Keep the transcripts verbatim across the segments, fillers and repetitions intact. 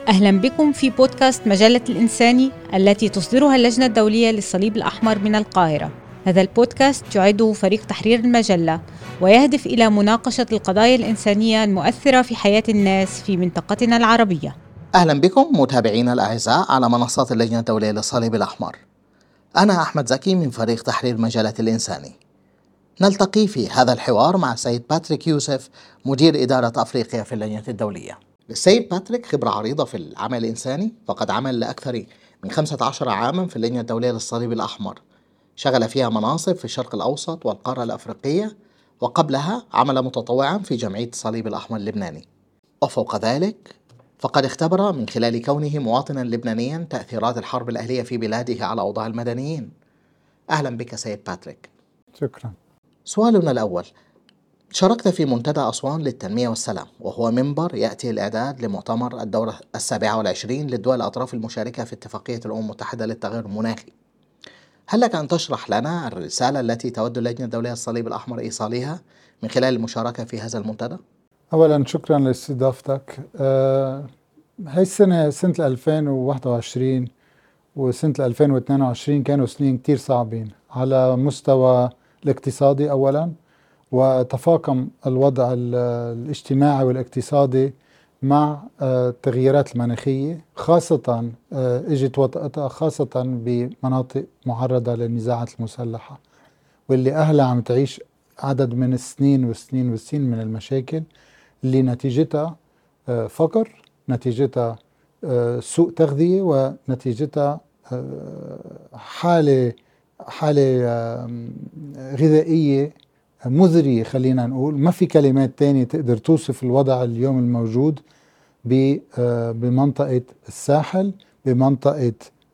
أهلا بكم في بودكاست مجلة الإنساني التي تصدرها اللجنة الدولية للصليب الأحمر من القاهرة. هذا البودكاست يعده فريق تحرير المجلة ويهدف إلى مناقشة القضايا الإنسانية المؤثرة في حياة الناس في منطقتنا العربية. أهلا بكم متابعينا الأعزاء على منصات اللجنة الدولية للصليب الأحمر. أنا أحمد زكي من فريق تحرير مجلة الإنساني. نلتقي في هذا الحوار مع السيد باتريك يوسف مدير إدارة أفريقيا في اللجنة الدولية. السيد باتريك خبرة عريضة في العمل الإنساني، فقد عمل لأكثر من خمسة عشر عاما في اللجنة الدولية للصليب الأحمر، شغل فيها مناصب في الشرق الأوسط والقارة الأفريقية، وقبلها عمل متطوعا في جمعية الصليب الأحمر اللبناني. وفوق ذلك فقد اختبر من خلال كونه مواطنا لبنانيا تأثيرات الحرب الأهلية في بلاده على أوضاع المدنيين. أهلا بك سيد باتريك. شكرا. سؤالنا الأول: شاركت في منتدى أسوان للتنمية والسلام، وهو منبر يأتي الإعداد لمؤتمر الدورة السابعة والعشرين للدول الأطراف المشاركة في اتفاقية الأمم المتحدة للتغير المناخي. هل لك أن تشرح لنا الرسالة التي تود اللجنة الدولية للصليب الأحمر إيصالها من خلال المشاركة في هذا المنتدى؟ أولا شكرا لاستضافتك. أه هاي السنة سنة ألفين وواحد وعشرين وسنة ألفين واثنين وعشرين كانوا سنين كتير صعبين على مستوى الاقتصادي أولا، وتفاقم الوضع الاجتماعي والاقتصادي مع التغييرات المناخية، خاصة اجت وطأتها خاصة بمناطق معرضة للنزاعات المسلحة، واللي أهلها عم تعيش عدد من السنين والسنين والسنين من المشاكل اللي نتيجتها فقر، نتيجتها سوء تغذية، ونتيجتها حالة حالة غذائية مزرية. خلينا نقول ما في كلمات تانية تقدر توصف الوضع اليوم الموجود بمنطقة الساحل، بمنطقة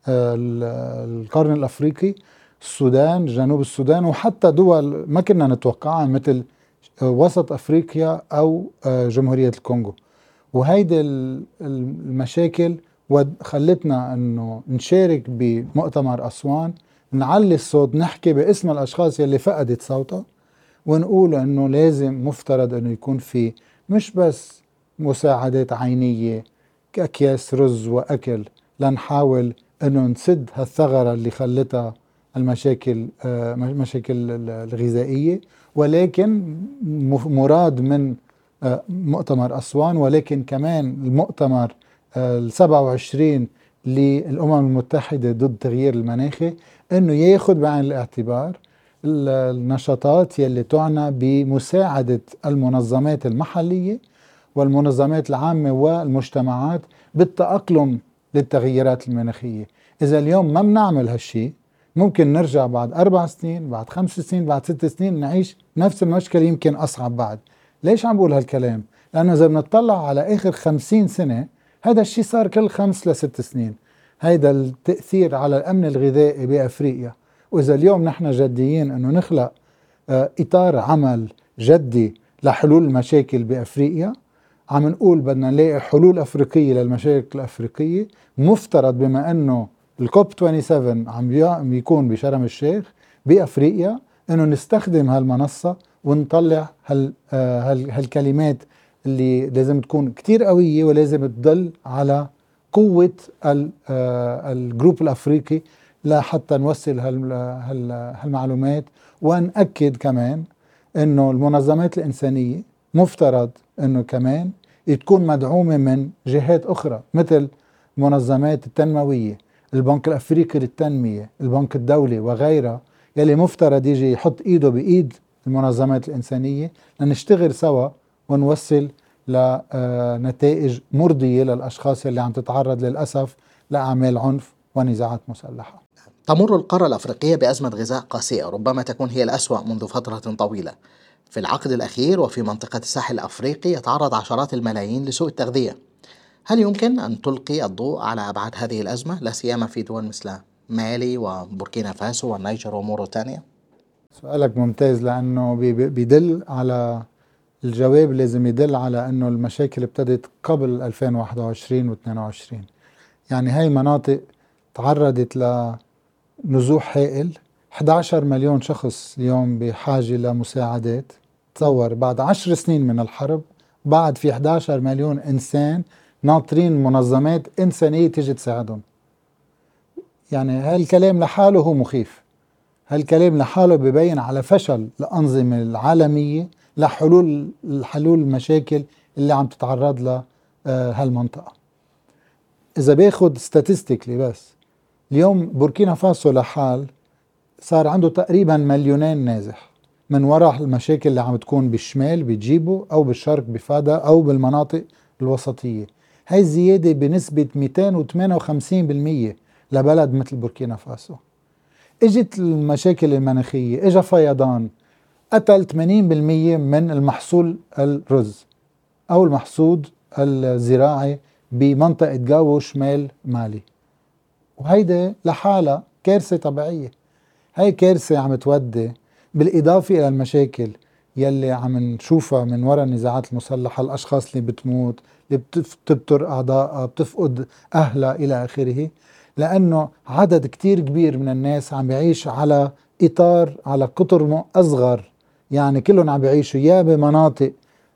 القرن الأفريقي، السودان، جنوب السودان، وحتى دول ما كنا نتوقعها مثل وسط أفريقيا أو جمهورية الكونغو. وهيدي المشاكل خلتنا أنه نشارك بمؤتمر أسوان، نعلي الصوت، نحكي باسم الأشخاص يلي فقدت صوتها، ونقول أنه لازم مفترض أنه يكون في مش بس مساعدات عينية كأكياس رز وأكل لنحاول أنه نسد هالثغرة اللي خلتها المشاكل مشاكل الغذائية، ولكن مراد من مؤتمر أسوان، ولكن كمان المؤتمر السبعة وعشرين للأمم المتحدة ضد التغيير المناخي أنه ياخد بعين الاعتبار النشاطات يلي تعنى بمساعدة المنظمات المحلية والمنظمات العامة والمجتمعات بالتأقلم للتغييرات المناخية. إذا اليوم ما بنعمل هالشي، ممكن نرجع بعد أربع سنين، بعد خمس سنين، بعد ست سنين نعيش نفس المشكلة، يمكن أصعب بعد. ليش عم بقول هالكلام؟ لأنه إذا بنطلع على آخر خمسين سنة، هذا الشي صار كل خمس لست سنين. هيدا التأثير على الأمن الغذائي بأفريقيا. وإذا اليوم نحن جديين أنه نخلق إطار عمل جدي لحلول المشاكل بأفريقيا، عم نقول بدنا نلاقي حلول أفريقية للمشاكل الأفريقية، مفترض بما أنه الكوب سبعة وعشرين عم يكون بشرم الشيخ بأفريقيا أنه نستخدم هالمنصة ونطلع هال هال هالكلمات اللي لازم تكون كتير قوية، ولازم تدل على قوة الجروب الأفريقي لحتى نوصل هالمعلومات. ونأكد كمان أنه المنظمات الإنسانية مفترض أنه كمان تكون مدعومة من جهات أخرى مثل منظمات التنموية، البنك الأفريقي للتنمية، البنك الدولي وغيرها، يلي مفترض يجي يحط إيده بإيد المنظمات الإنسانية لنشتغل سوا ونوصل لنتائج مرضية للأشخاص اللي عم تتعرض للأسف لأعمال عنف ونزاعات مسلحة. تمر القارة الأفريقية بأزمة غذاء قاسية، ربما تكون هي الأسوأ منذ فترة طويلة. في العقد الأخير وفي منطقة الساحل الأفريقي يتعرض عشرات الملايين لسوء التغذية. هل يمكن أن تلقي الضوء على أبعاد هذه الأزمة، لا سيما في دول مثل مالي وبوركينا فاسو والنيجر وموريتانيا؟ سؤالك ممتاز، لأنه بيدل على الجواب، لازم يدل على أنه المشاكل ابتدت قبل ألفين وواحد وعشرين واثنين وعشرين. يعني هاي مناطق تعرضت لنزوح هائل، أحد عشر مليون شخص اليوم بحاجة لمساعدات. تصور بعد عشر سنين من الحرب، بعد في أحد عشر مليون إنسان ناطرين منظمات إنسانية تيجي تساعدهم. يعني هالكلام لحاله هو مخيف، هالكلام لحاله ببين على فشل الأنظمة العالمية لحلول الحلول المشاكل اللي عم تتعرض لها هالمنطقة. إذا باخد statistically بس، اليوم بوركينا فاسو لحال صار عنده تقريبا مليونين نازح من وراء المشاكل اللي عم تكون بالشمال بتجيبه أو بالشرق بفادا أو بالمناطق الوسطية. هاي الزيادة بنسبة مئتين وثمانية وخمسين بالمية لبلد مثل بوركينا فاسو. اجت المشاكل المناخية، اجا فيضان قتل ثمانين بالمية من المحصول الرز أو المحصول الزراعي بمنطقة جاو شمال مالي، وهيدا لحالها كارثة طبيعية. هاي كارثة عم تودي بالإضافة إلى المشاكل يلي عم نشوفها من وراء النزاعات المسلحة، الأشخاص اللي بتموت، اللي بتبتر أعضائها، بتفقد أهلها إلى آخره، لأنه عدد كتير كبير من الناس عم بيعيش على إطار على قطر أصغر، يعني كلهم عم بيعيشوا يا بمناطق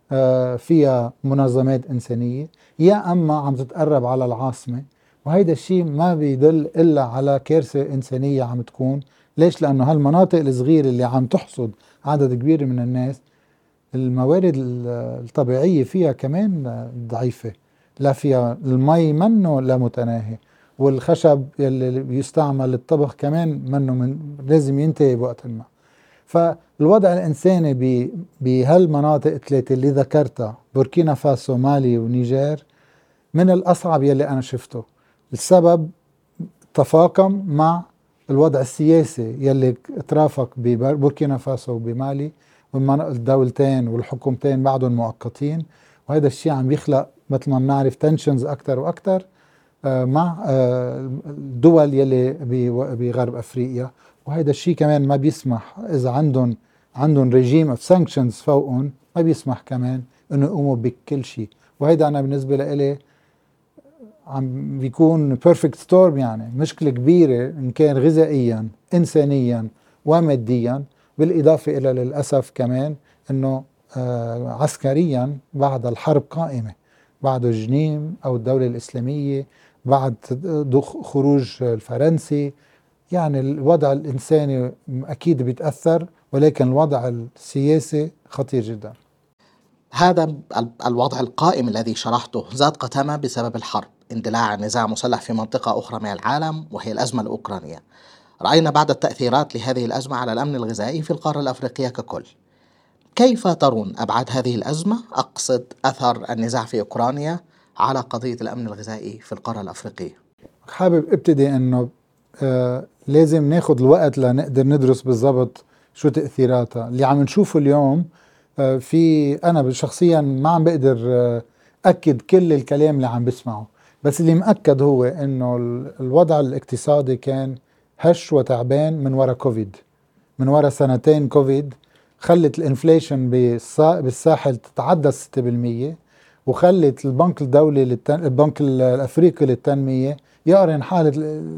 فيها منظمات إنسانية يا أما عم تتقرب على العاصمة، وهيدا الشيء ما بيدل إلا على كارثة إنسانية عم تكون. ليش؟ لأنه هالمناطق الصغيرة اللي عم تحصد عدد كبير من الناس الموارد الطبيعية فيها كمان ضعيفة، لا فيها المي منه لا متناهي، والخشب اللي بيستعمل للطبخ كمان منه من لازم ينتهي بوقت ما. فالوضع الإنساني بهالمناطق الثلاثة اللي ذكرتها بوركينا فاسو مالي ونيجر من الأصعب يلي أنا شفته. السبب تفاقم مع الوضع السياسي يلي ترافق ببوركينا فاسو وبمالي، والدولتين والحكومتين بعدهم مؤقتين، وهذا الشيء عم يخلق مثل ما بنعرف تنشنز أكتر وأكتر مع الدول يلي بغرب أفريقيا. وهذا الشيء كمان ما بيسمح إذا عندهم عندهم ريجيم اوف سانكشنز فوقهم، ما بيسمح كمان إنه يقوموا بكل شيء. وهذا أنا بالنسبة لإلي عم بيكون بيرفكت ستورم، يعني مشكلة كبيرة إن كان غذائيا إنسانيا وماديا، بالإضافة إلى للأسف كمان إنه آه عسكريا بعد الحرب قائمة، بعد الجنيم أو الدولة الإسلامية، بعد خروج الفرنسي، يعني الوضع الإنساني أكيد بيتأثر، ولكن الوضع السياسي خطير جدا. هذا الوضع القائم الذي شرحته زاد قتامة بسبب الحرب، اندلاع نزاع مسلح في منطقة أخرى من العالم وهي الأزمة الأوكرانية. رأينا بعض التأثيرات لهذه الأزمة على الأمن الغذائي في القارة الأفريقية ككل. كيف ترون أبعاد هذه الأزمة؟ أقصد أثر النزاع في أوكرانيا على قضية الأمن الغذائي في القارة الأفريقية. حابب ابتدي أنه آه لازم ناخد الوقت لنقدر ندرس بالضبط شو تأثيراتها. اللي عم نشوفه اليوم آه في أنا شخصيا ما عم بقدر آه أكد كل الكلام اللي عم بسمعه، بس اللي مأكد هو أنه الوضع الاقتصادي كان هش وتعبان من وراء كوفيد، من وراء سنتين كوفيد خلت الانفليشن بالساحل تتعدى ستة بالمية، وخلت البنك الدولي للتن... البنك الأفريقي للتنمية يقرن حالة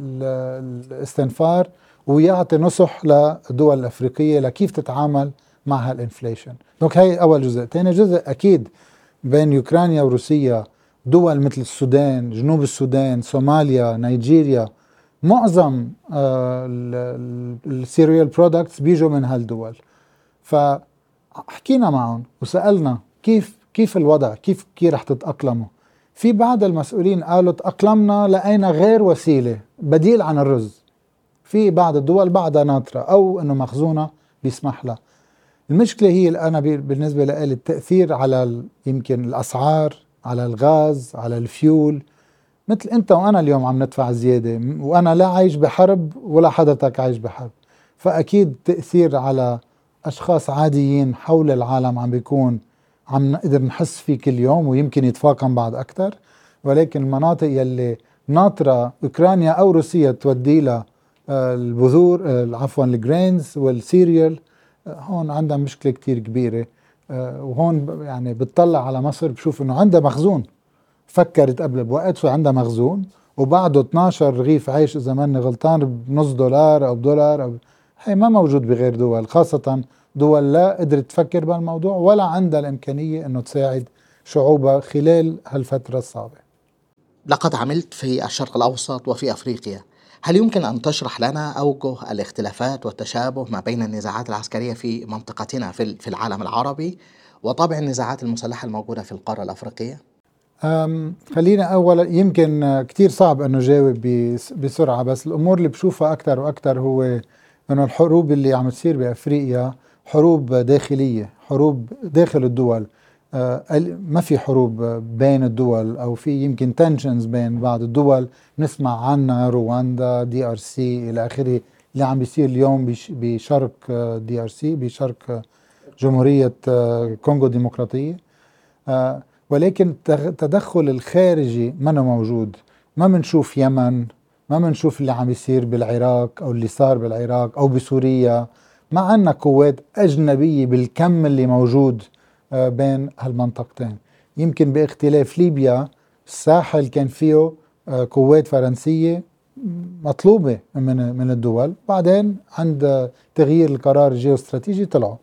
الاستنفار ويعطي نصح للدول الأفريقية لكيف تتعامل مع هالانفليشن. دونك هاي أول جزء. تاني جزء أكيد بين أوكرانيا وروسيا، دول مثل السودان، جنوب السودان، صوماليا، نيجيريا، معظم السيريال برودكتس بيجوا من هالدول. فحكينا معهم وسألنا كيف كيف الوضع، كيف كيف رح تتأقلموا. في بعض المسؤولين قالوا تأقلمنا لقينا غير وسيلة بديل عن الرز. في بعض الدول بعدها ناطرة أو إنه مخزونة بيسمح لها. المشكلة هي أنا بالنسبة لي التأثير على يمكن الأسعار، على الغاز، على الفيول. مثل أنت وأنا اليوم عم ندفع زيادة، وأنا لا عايش بحرب ولا حضرتك عايش بحرب، فأكيد تأثير على أشخاص عاديين حول العالم عم بيكون عم نقدر نحس فيه كل يوم، ويمكن يتفاقم بعد أكتر. ولكن المناطق يلي ناطرة أوكرانيا أو روسيا تودي لها البذور عفوا الجرينز والسيريال، هون عندها مشكلة كتير كبيرة. وهون يعني بتطلع على مصر بشوف إنه عندها مخزون، فكرت قبل بوقت وعندها مخزون، وبعده اثناشر رغيف عيش إذا ماني غلطان بنص دولار أو بدولار أو هي ما موجود بغير دول، خاصة دول لا قدرت تفكر بالموضوع ولا عندها الإمكانية إنه تساعد شعوبها خلال هالفترة الصعبة. لقد عملت في الشرق الأوسط وفي أفريقيا، هل يمكن أن تشرح لنا أوجه الاختلافات والتشابه ما بين النزاعات العسكرية في منطقتنا في في العالم العربي وطبع النزاعات المسلحة الموجودة في القارة الأفريقية؟ أم خلينا أولا، يمكن كتير صعب أنه جاوب بس- بسرعة، بس الأمور اللي بشوفها أكتر وأكتر هو أنه الحروب اللي عم تصير بأفريقيا حروب داخلية، حروب داخل الدول. أه ال- ما في حروب بين الدول، أو في يمكن تنشنز بين بعض الدول نسمع عنها، رواندا، دي ار سي إلى آخره، اللي عم بيصير اليوم بش- بشرق آه، دي ار سي، بشرق آه، جمهورية آه، كونغو الديمقراطية. آه، ولكن تغ- تدخل الخارجي منه موجود. ما منشوف يمن، ما منشوف اللي عم يصير بالعراق أو اللي صار بالعراق أو بسوريا. ما عنا قوات أجنبية بالكم اللي موجود آه، بين هالمنطقتين. يمكن باختلاف ليبيا، الساحل كان فيه آه، قوات فرنسية مطلوبة من من الدول، بعدين عند تغيير القرار الجيوستراتيجي طلعوا.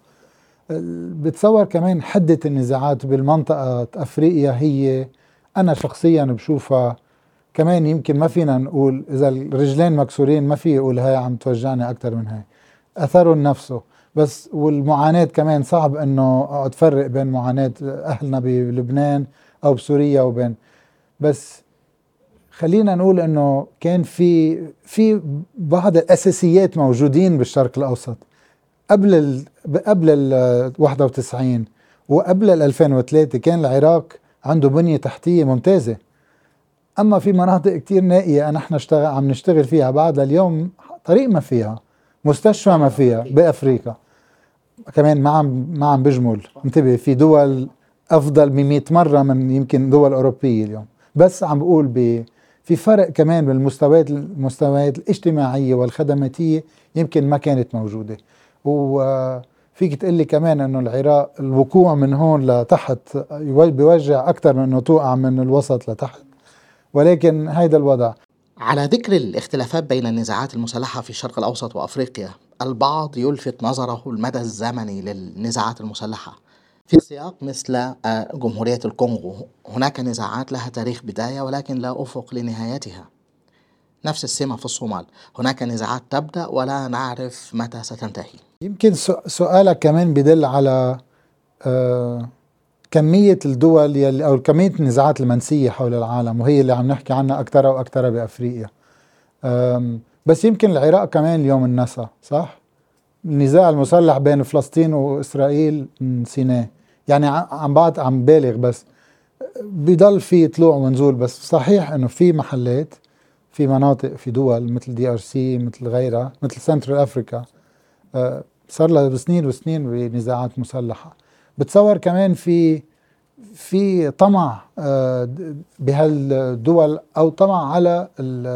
بتصور كمان حدة النزاعات بالمنطقة أفريقيا هي، أنا شخصيا بشوفها كمان، يمكن ما فينا نقول إذا الرجلين مكسورين ما في يقول هاي عم توجعني أكتر من هاي، أثرهم نفسه بس. والمعاناة كمان صعب أنه أقعد فرق بين معاناة أهلنا بلبنان أو بسوريا وبين، بس خلينا نقول أنه كان في في بعض الأساسيات موجودين بالشرق الأوسط قبل ال قبل ال واحد وتسعين وقبل ال ألفين وثلاثة. كان العراق عنده بنية تحتية ممتازة، أما في مناطق كتير نائية نحن اشتغل عم نشتغل فيها بعد اليوم، طريق ما فيها، مستشفى ما فيها بأفريقيا كمان. ما عم ما عم بجمل، انتبه، في دول أفضل بمئة مرة من يمكن دول أوروبية اليوم، بس عم بقول ب في فرق كمان بالمستويات المستويات الاجتماعية والخدماتية يمكن ما كانت موجودة. وفيك تقلي كمان انه العراق الوقوع من هون لتحت بيوجع اكثر من انه توقع من الوسط لتحت، ولكن هيدا الوضع. على ذكر الاختلافات بين النزاعات المسلحة في الشرق الأوسط وأفريقيا، البعض يلفت نظره المدى الزمني للنزاعات المسلحة. في سياق مثل آه، جمهورية الكونغو، هناك نزاعات لها تاريخ بداية ولكن لا أفق لنهايتها. نفس السمة في الصومال، هناك نزاعات تبدأ ولا نعرف متى ستنتهي. يمكن سؤالك كمان بدل على آه كمية الدول يلي أو كمية النزاعات المنسية حول العالم، وهي اللي عم نحكي عنها أكثر وأكثر بأفريقيا. بس يمكن العراق كمان اليوم النسى، صح؟ النزاع المسلح بين فلسطين وإسرائيل نسيناه، يعني عم بعد عم بالغ، بس بيضل في طلوع ونزول. بس صحيح انه في محلات، في مناطق، في دول مثل دي ار سي، مثل غيرها، مثل سنترال افريكا، آه صار لها سنين وسنين بنزاعات مسلحة. بتصور كمان في في طمع آه بهالدول، او طمع على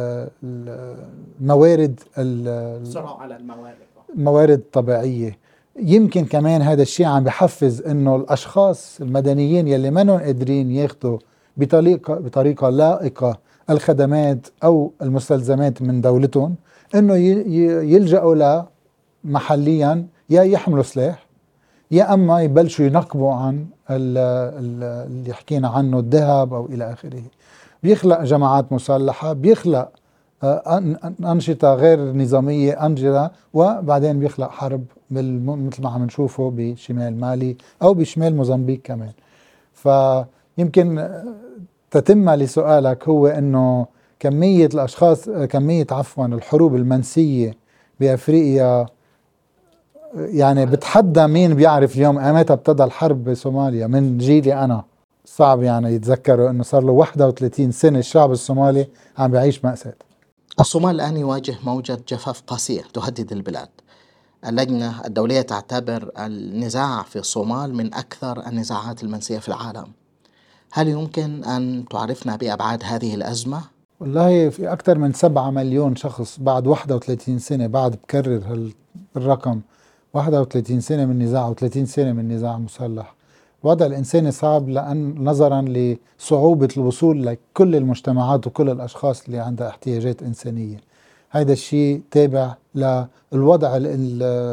الموارد، صراع على الموارد، الموارد الطبيعية. يمكن كمان هذا الشيء عم بحفز انه الاشخاص المدنيين يلي منهم قادرين ياخذوا بطريقة بطريقة لائقة الخدمات او المستلزمات من دولتهم، انه يلجأوا له محليا، يا يحملوا سلاح، يا اما يبلشوا ينقبوا عن اللي حكينا عنه، الذهب او الى اخره. بيخلق جماعات مسلحة، بيخلق أنشطة غير نظامية، أنجلة، وبعدين بيخلق حرب مثل ما عم نشوفه بشمال مالي أو بشمال موزمبيق كمان. فيمكن تتم لسؤالك هو أنه كمية الأشخاص، كمية عفوا الحروب المنسية بأفريقيا، يعني بتحدى مين بيعرف اليوم أمتى ابتدى الحرب بصوماليا. من جيلي أنا صعب يعني يتذكروا أنه صار له واحد وثلاثين سنة الشعب الصومالي عم بيعيش مأساة. الصومال الآن يواجه موجة جفاف قاسية تهدد البلاد. اللجنة الدولية تعتبر النزاع في الصومال من أكثر النزاعات المنسية في العالم. هل يمكن أن تعرفنا بأبعاد هذه الأزمة؟ والله في أكثر من سبعة مليون شخص بعد واحد وثلاثين سنة، بعد بكرر هالرقم، واحد وثلاثين سنة من نزاع وثلاثين سنة من نزاع مسلح. الوضع الإنساني صعب، لأن نظرا لصعوبة الوصول لكل المجتمعات وكل الأشخاص اللي عندها احتياجات إنسانية. هذا الشيء تابع للوضع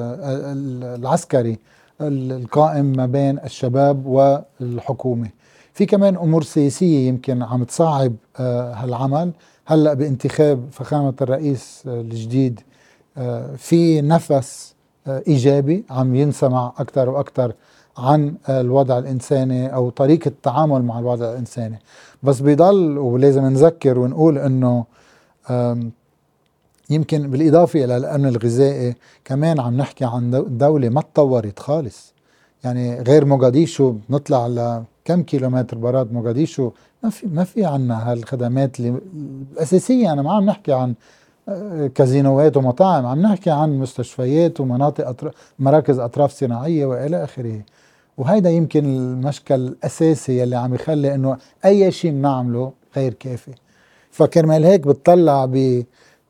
العسكري القائم ما بين الشباب والحكومة. في كمان أمور سياسية يمكن عم تصعب هالعمل. هلأ بانتخاب فخامة الرئيس الجديد في نفس إيجابي عم ينسمع أكثر وأكثر عن الوضع الإنساني أو طريقة التعامل مع الوضع الإنساني. بس بيضل ولازم نذكر ونقول أنه يمكن بالإضافة إلى الأمن الغذائي كمان عم نحكي عن دولة ما تطورت خالص. يعني غير موغاديشو نطلع على كم كيلومتر برات موغاديشو ما في ما في عنا هالخدمات الأساسية. أنا ما عم نحكي عن كازينوات ومطاعم، عم نحكي عن مستشفيات ومناطق أطراف مراكز أطراف صناعية وإلى آخره. وهيدا يمكن المشكل الأساسي اللي عم يخلي إنه أي شيء بنعمله غير كافي. فكرمال هيك بتطلع ب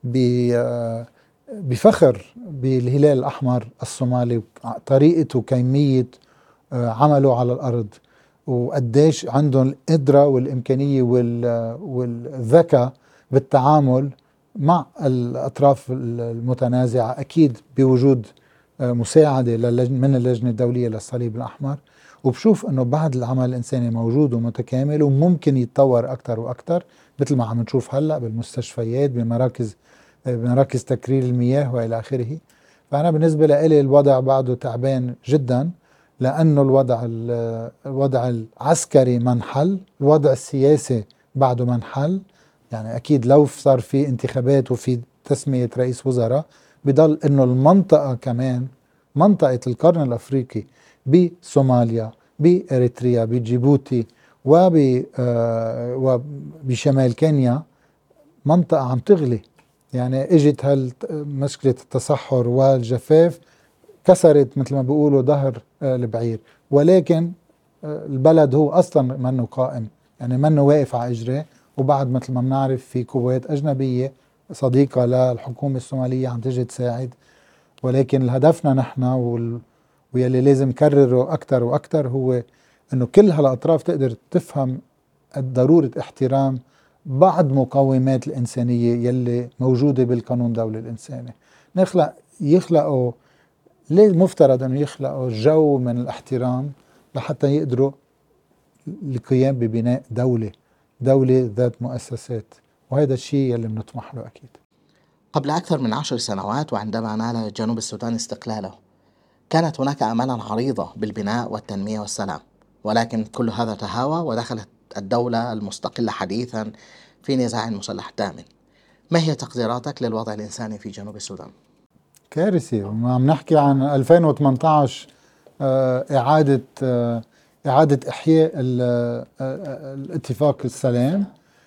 بفخر بالهلال الأحمر الصومالي، طريقة وكيمية عمله على الأرض، وقديش عندهم القدرة والإمكانية والذكاء بالتعامل مع الأطراف المتنازعة، أكيد بوجود مساعدة من اللجنة الدولية للصليب الأحمر. وبشوف أنه بعد العمل الإنساني موجود ومتكامل وممكن يتطور أكتر وأكتر، مثل ما عم نشوف هلأ بالمستشفيات، بمراكز بمراكز تكرير المياه وإلى آخره. فأنا بالنسبة لي الوضع بعده تعبان جدا، لأنه الوضع الوضع العسكري منحل، الوضع السياسي بعده منحل. يعني أكيد لو صار في انتخابات وفي تسمية رئيس وزراء بضل إنه المنطقة كمان منطقة القرن الأفريقي بصوماليا بإريتريا بجيبوتي وبشمال كينيا منطقة عم تغلي. يعني اجت هالمشكلة التصحر والجفاف كسرت مثل ما بيقولوا ظهر البعير، ولكن البلد هو أصلا منه قائم، يعني منه واقف على إجريه. وبعد مثل ما بنعرف في قوات أجنبية صديقة للحكومة الصومالية عم تجي تساعد. ولكن هدفنا نحن وال... ويلي لازم نكرره أكتر وأكتر هو أنه كل هالأطراف تقدر تفهم ضرورة احترام بعض مقومات الإنسانية يلي موجودة بالقانون الدولي الإنساني. نخلق يخلقوا ليه مفترض أنه يخلقوا جو من الاحترام لحتى يقدروا القيام ببناء دولة دولة ذات مؤسسات، وهذا الشيء يلي بنطمح له أكيد. قبل أكثر من عشر سنوات وعندما نال جنوب السودان استقلاله كانت هناك آمالا عريضة بالبناء والتنمية والسلام، ولكن كل هذا تهاوى ودخلت الدولة المستقلة حديثا في نزاع مسلح دامن. ما هي تقديراتك للوضع الإنساني في جنوب السودان؟ كارثي. عم نحكي عن ألفين وثمانية عشر إعادة إعادة إحياء الاتفاق السلام.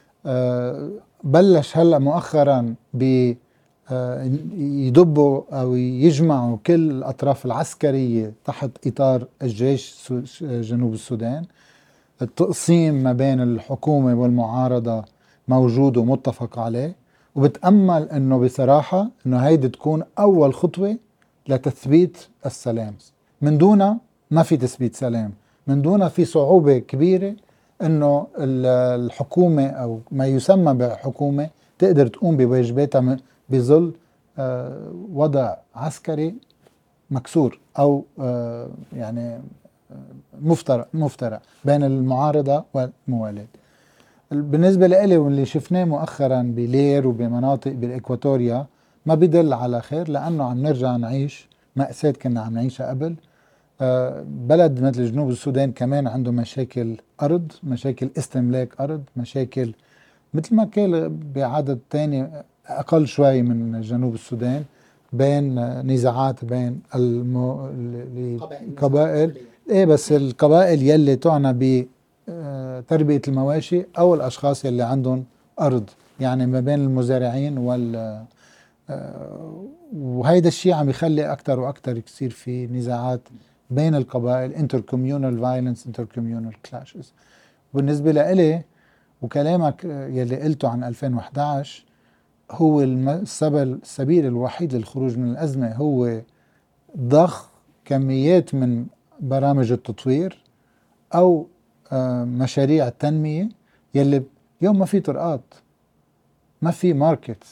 بلش هلأ مؤخرا ب يدبوا أو يجمعوا كل الأطراف العسكرية تحت إطار الجيش جنوب السودان. التقسيم ما بين الحكومة والمعارضة موجود ومتفق عليه، وبتأمل أنه بصراحة أنه هيدي تكون أول خطوة لتثبيت السلام. من دونها ما في تثبيت سلام، من دونها في صعوبة كبيرة أنه الحكومة أو ما يسمى بحكومة تقدر تقوم بواجباتها بظل وضع عسكري مكسور أو يعني مفترق مفترق بين المعارضة والموالد. بالنسبة لي واللي شفناه مؤخرا بلير وبمناطق بالإكواتوريا ما بدل على خير، لأنه عم نرجع نعيش مأساة كنا عم نعيشها قبل. بلد مثل جنوب السودان كمان عنده مشاكل أرض، مشاكل استملاك أرض، مشاكل مثل ما كان بعدد تاني أقل شوي من جنوب السودان، بين نزاعات بين المو... القبائل. إيه بس القبائل يلي تعنى بتربية المواشي أو الأشخاص يلي عندهم أرض، يعني ما بين المزارعين وال وهيدا الشيء عم يخلي أكتر وأكتر يصير في نزاعات بين القبائل، intercommunal violence intercommunal clashes. بالنسبة لإلي وكلامك يلي قلته عن ألفين وإحدى عشر هو السبل السبيل الوحيد للخروج من الأزمة هو ضخ كميات من برامج التطوير أو مشاريع التنمية يلي يوم ما في طرقات ما في ماركت.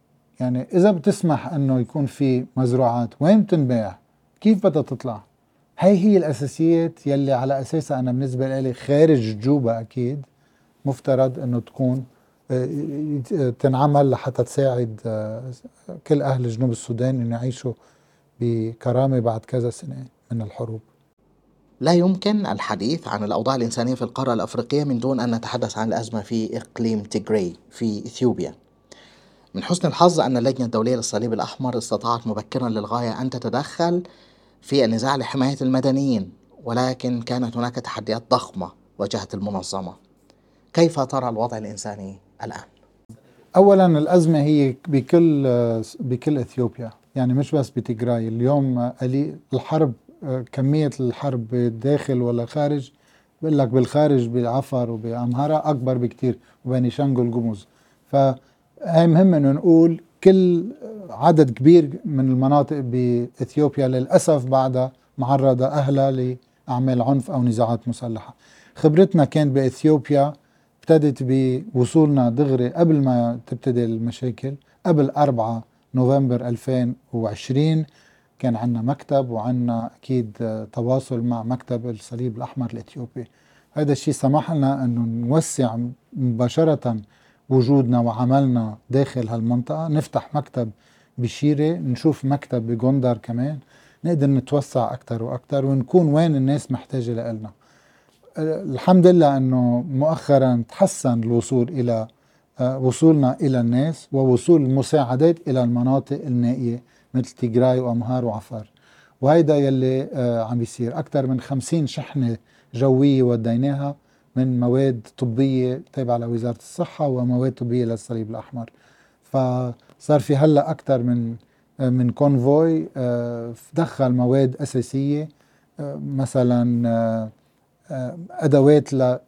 يعني إذا بتسمح أنه يكون في مزروعات وين بتنباع؟ كيف بدها تطلع؟ هاي هي الأساسيات يلي على أساسها أنا بالنسبة لي خارج جوبا أكيد مفترض أنه تكون تنعمل لحتى تساعد كل أهل جنوب السودان أن يعيشوا بكرامة بعد كذا سنة من الحروب. لا يمكن الحديث عن الأوضاع الإنسانية في القارة الأفريقية من دون أن نتحدث عن الأزمة في إقليم تيغراي في إثيوبيا. من حسن الحظ أن اللجنة الدولية للصليب الأحمر استطاعت مبكرا للغاية أن تتدخل في النزاع لحماية المدنيين، ولكن كانت هناك تحديات ضخمة واجهت المنظمة. كيف ترى الوضع الإنساني الآن؟ أولا الأزمة هي بكل بكل إثيوبيا، يعني مش بس بتيغراي. اليوم الحرب، كمية الحرب بالداخل ولا خارج، بقول لك بالخارج بعفر وبأمهرة أكبر بكتير وبنيشانغول جموز. فهي مهم إنه نقول كل عدد كبير من المناطق بإثيوبيا للأسف بعدها معرضة أهلها لأعمال عنف أو نزاعات مسلحة. خبرتنا كانت بإثيوبيا ابتدت بوصولنا دغري قبل ما تبتدي المشاكل، قبل أربعة نوفمبر ألفين وعشرين كان عنا مكتب وعنا أكيد تواصل مع مكتب الصليب الأحمر الإثيوبي. هذا الشيء سمح لنا أنه نوسع مباشرة وجودنا وعملنا داخل هالمنطقة، نفتح مكتب بشيرة، نشوف مكتب بغوندار كمان، نقدر نتوسع أكتر وأكتر ونكون وين الناس محتاجة لنا. الحمد لله أنه مؤخرا تحسن الوصول إلى وصولنا إلى الناس ووصول المساعدات إلى المناطق النائية مثل تيغراي وأمهار وعفر، وهيدا يلي عم بيصير. أكثر من خمسين شحنة جوية وديناها من مواد طبية تابعة لوزارة الصحة ومواد طبية للصليب الأحمر. فصار في هلأ أكثر من من كونفوي دخل مواد أساسية، مثلا أدوات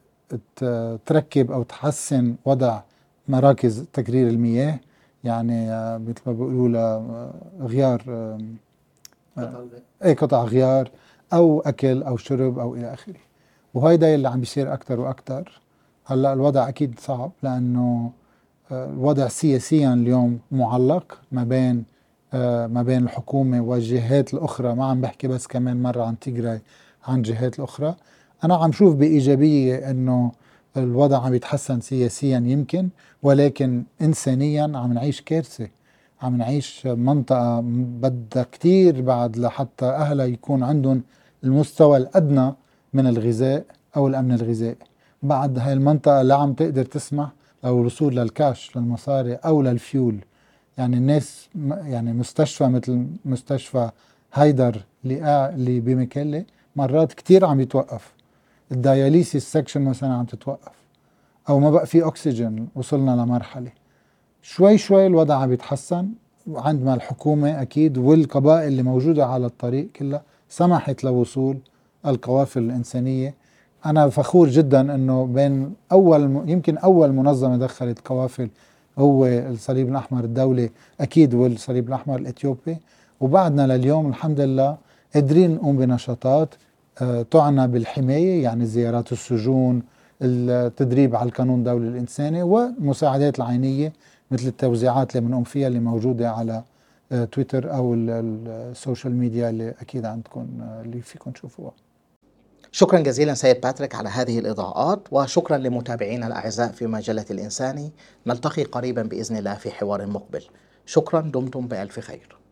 لتركب أو تحسن وضع مراكز تكرير المياه، يعني مثل ما بيقولوا غيار أي قطع غيار أو أكل أو شرب أو إلى آخره. وهيدا اللي عم بيصير أكتر وأكتر. هلأ الوضع أكيد صعب لأنه الوضع سياسيا اليوم معلق ما بين ما بين الحكومة والجهات الأخرى. ما عم بحكي بس كمان مرة عن تيغراي، عن جهات الأخرى. أنا عم شوف بإيجابية أنه الوضع عم يتحسن سياسيا يمكن، ولكن إنسانيا عم نعيش كارثة. عم نعيش منطقة بدها كتير بعد لحتى أهلها يكون عندهم المستوى الأدنى من الغذاء أو الأمن الغذائي. بعد هاي المنطقة لا عم تقدر تسمح أو الوصول للكاش للمصاري أو للفيول. يعني الناس يعني مستشفى مثل مستشفى هيدر اللي بمكلة مرات كتير عم يتوقف، الدياليسيس سكشن مثلا عم تتوقف، أو ما بقى في أكسجين. وصلنا لمرحلة شوي شوي الوضع عم يتحسن، وعندما الحكومة أكيد والقبائل اللي موجودة على الطريق كلها سمحت لوصول القوافل الإنسانية. أنا فخور جدا أنه بين أول يمكن أول منظمة دخلت قوافل هو الصليب الأحمر الدولي أكيد والصليب الأحمر الإثيوبي، وبعدنا لليوم الحمد لله قادرين نقوم بنشاطات تعنى بالحماية، يعني زيارات السجون، التدريب على القانون الدولي الإنساني، والمساعدات العينية مثل التوزيعات اللي بنقوم فيها اللي موجودة على تويتر أو السوشيال ميديا اللي أكيد عندكم اللي فيكم تشوفوها. شكرا جزيلا سيد باتريك على هذه الإضاءات، وشكرا لمتابعينا الأعزاء في مجلة الإنساني. نلتقي قريبا بإذن الله في حوار مقبل. شكرا، دمتم بألف خير.